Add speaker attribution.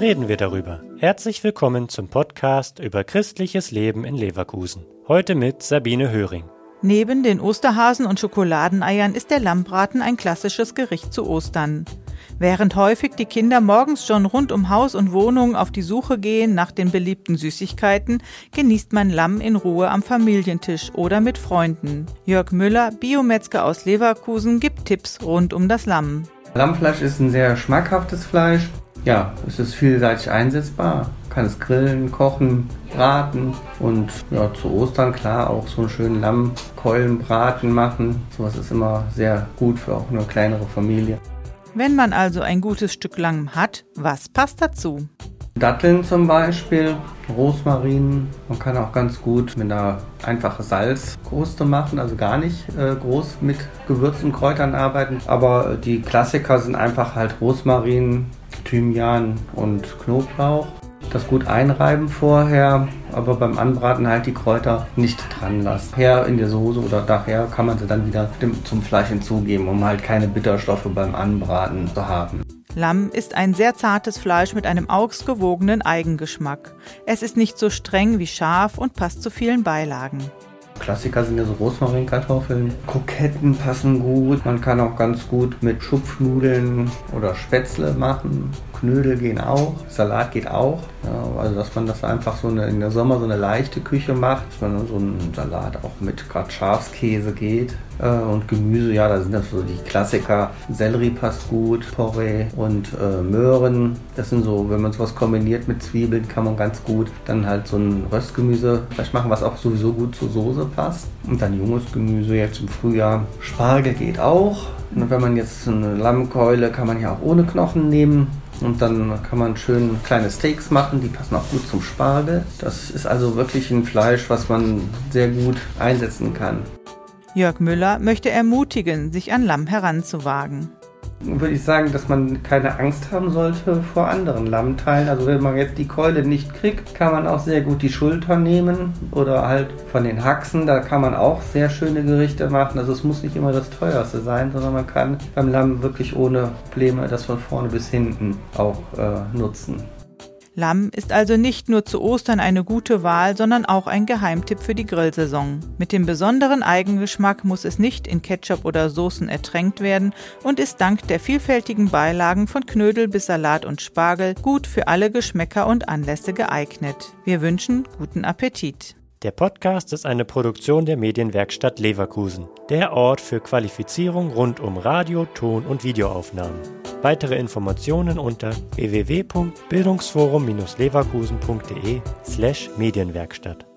Speaker 1: reden wir darüber. Herzlich willkommen zum Podcast über christliches Leben in Leverkusen. Heute mit Sabine Höring.
Speaker 2: Neben den Osterhasen und Schokoladeneiern ist der Lammbraten ein klassisches Gericht zu Ostern. Während häufig die Kinder morgens schon rund um Haus und Wohnung auf die Suche gehen nach den beliebten Süßigkeiten, genießt man Lamm in Ruhe am Familientisch oder mit Freunden. Jörg Müller, Biometzger aus Leverkusen, gibt Tipps rund um das Lamm.
Speaker 3: Lammfleisch ist ein sehr schmackhaftes Fleisch. Ja, es ist vielseitig einsetzbar. Man kann es grillen, kochen, braten und ja, zu Ostern klar auch so einen schönen Lammkeulenbraten machen. Sowas ist immer sehr gut für auch eine kleinere Familie.
Speaker 2: Wenn man also ein gutes Stück Lamm hat, was passt dazu?
Speaker 3: Datteln zum Beispiel, Rosmarin. Man kann auch ganz gut mit einer einfachen Salzkruste machen, also gar nicht groß mit Gewürzen und Kräutern arbeiten. Aber die Klassiker sind einfach halt Rosmarin, Thymian und Knoblauch. Das gut einreiben vorher, aber beim Anbraten halt die Kräuter nicht dran lassen. Her in der Soße oder daher kann man sie dann wieder zum Fleisch hinzugeben, um halt keine Bitterstoffe beim Anbraten zu haben.
Speaker 2: Lamm ist ein sehr zartes Fleisch mit einem ausgewogenen Eigengeschmack. Es ist nicht so streng wie Schaf und passt zu vielen Beilagen.
Speaker 3: Klassiker sind ja so Rosmarinkartoffeln. Kroketten passen gut. Man kann auch ganz gut mit Schupfnudeln oder Spätzle machen. Knödel gehen auch. Salat geht auch. Ja, also dass man das einfach so in der Sommer so eine leichte Küche macht. Dass man so einen Salat auch mit gerade Schafskäse geht. Und Gemüse, ja, da sind das so die Klassiker. Sellerie passt gut, Porree und Möhren. Das sind so, wenn man sowas kombiniert mit Zwiebeln, kann man ganz gut dann halt so ein Röstgemüse vielleicht machen, was auch sowieso gut zur Soße passt. Und dann junges Gemüse jetzt im Frühjahr. Spargel geht auch. Und wenn man jetzt eine Lammkeule, kann man ja auch ohne Knochen nehmen. Und dann kann man schön kleine Steaks machen, die passen auch gut zum Spargel. Das ist also wirklich ein Fleisch, was man sehr gut einsetzen kann.
Speaker 2: Jörg Müller möchte ermutigen, sich an Lamm heranzuwagen.
Speaker 3: Würde ich sagen, dass man keine Angst haben sollte vor anderen Lammteilen. Also wenn man jetzt die Keule nicht kriegt, kann man auch sehr gut die Schulter nehmen oder halt von den Haxen. Da kann man auch sehr schöne Gerichte machen. Also es muss nicht immer das teuerste sein, sondern man kann beim Lamm wirklich ohne Probleme das von vorne bis hinten auch nutzen.
Speaker 2: Lamm ist also nicht nur zu Ostern eine gute Wahl, sondern auch ein Geheimtipp für die Grillsaison. Mit dem besonderen Eigengeschmack muss es nicht in Ketchup oder Soßen ertränkt werden und ist dank der vielfältigen Beilagen von Knödel bis Salat und Spargel gut für alle Geschmäcker und Anlässe geeignet. Wir wünschen guten Appetit.
Speaker 1: Der Podcast ist eine Produktion der Medienwerkstatt Leverkusen, der Ort für Qualifizierung rund um Radio-, Ton- und Videoaufnahmen. Weitere Informationen unter www.bildungsforum-leverkusen.de/Medienwerkstatt.